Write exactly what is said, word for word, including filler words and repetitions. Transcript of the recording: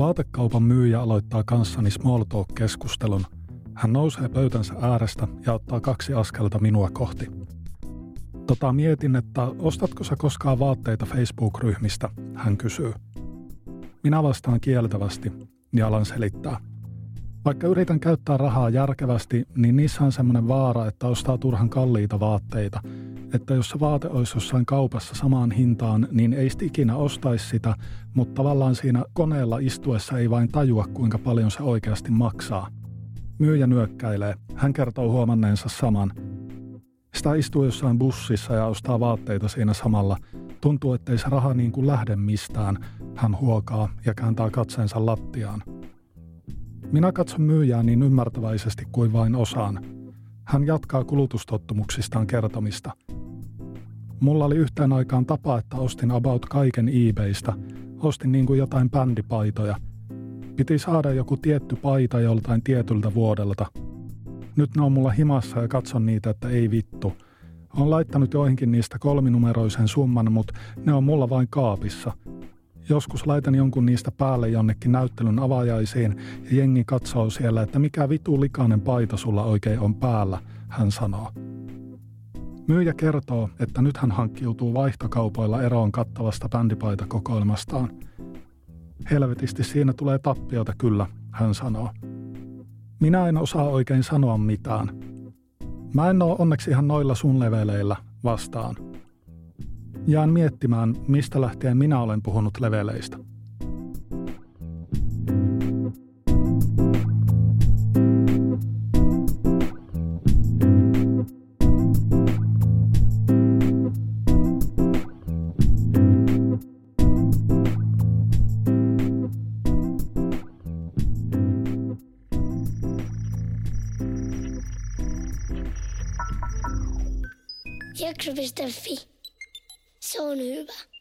Vaatekaupan myyjä aloittaa kanssani small talk-keskustelun. Hän nousee pöytänsä äärestä ja ottaa kaksi askelta minua kohti. Tota mietin, että ostatko sä koskaan vaatteita Facebook-ryhmistä, hän kysyy. Minä vastaan kieltävästi ja alan selittää. Vaikka yritän käyttää rahaa järkevästi, niin niissä on semmoinen vaara, että ostaa turhan kalliita vaatteita. Että jos se vaate olisi jossain kaupassa samaan hintaan, niin ei sit ikinä ostaisi sitä, mutta tavallaan siinä koneella istuessa ei vain tajua, kuinka paljon se oikeasti maksaa. Myyjä nyökkäilee. Hän kertoo huomanneensa saman. Sitä istuu jossain bussissa ja ostaa vaatteita siinä samalla. Tuntuu, ettei se raha niin kuin lähde mistään. Hän huokaa ja kääntää katseensa lattiaan. Minä katson myyjää niin ymmärtäväisesti kuin vain osaan. Hän jatkaa kulutustottumuksistaan kertomista. Mulla oli yhteen aikaan tapa, että ostin about kaiken eBaystä. Ostin niin kuin jotain bändipaitoja. Piti saada joku tietty paita joltain tietyltä vuodelta. Nyt ne on mulla himassa ja katson niitä, että ei vittu. Olen laittanut joihinkin niistä kolminumeroisen summan, mutta ne on mulla vain kaapissa. Joskus laitan jonkun niistä päälle jonnekin näyttelyn avajaisiin ja jengi katsoo siellä, että mikä vitu likainen paita sulla oikein on päällä, hän sanoo. Myyjä kertoo, että nyt hän hankkiutuu vaihtokaupoilla eroon kattavasta bändipaitakokoelmastaan. Helvetisti siinä tulee tappiota kyllä, hän sanoo. Minä en osaa oikein sanoa mitään. Mä en oo onneksi ihan noilla sun leveleillä, vastaan. Jään miettimään, mistä lähtien minä olen puhunut leveleistä. Jakso piste fi. Se on hyvä.